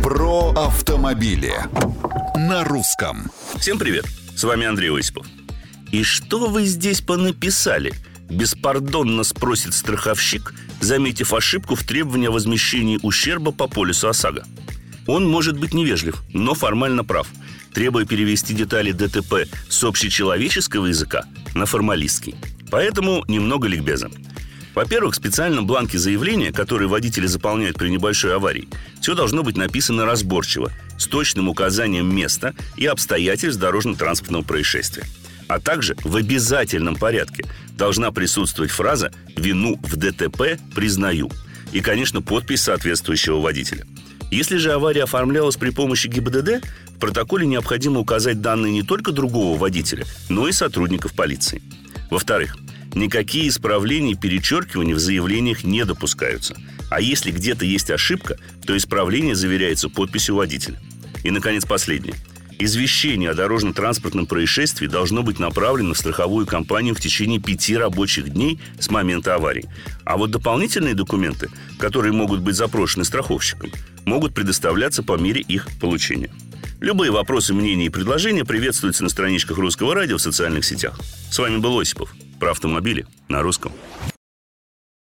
Про автомобили на русском. Всем привет, с вами Андрей Осипов. И что вы здесь понаписали? Беспардонно спросит страховщик, заметив ошибку в требовании о возмещении ущерба по полису ОСАГО. Он может быть невежлив, но формально прав, требуя перевести детали ДТП с общечеловеческого языка на формалистский. Поэтому немного ликбеза. Во-первых, в специальном бланке заявления, который водители заполняют при небольшой аварии, все должно быть написано разборчиво, с точным указанием места и обстоятельств дорожно-транспортного происшествия. А также в обязательном порядке должна присутствовать фраза «Вину в ДТП признаю» и, конечно, подпись соответствующего водителя. Если же авария оформлялась при помощи ГИБДД, в протоколе необходимо указать данные не только другого водителя, но и сотрудников полиции. Во-вторых, никакие исправления и перечеркивания в заявлениях не допускаются. А если где-то есть ошибка, то исправление заверяется подписью водителя. И, наконец, последнее. Извещение о дорожно-транспортном происшествии должно быть направлено в страховую компанию в течение 5 рабочих дней с момента аварии. А вот дополнительные документы, которые могут быть запрошены страховщиком, могут предоставляться по мере их получения. Любые вопросы, мнения и предложения приветствуются на страничках Русского радио в социальных сетях. С вами был Осипов. Про автомобили на русском.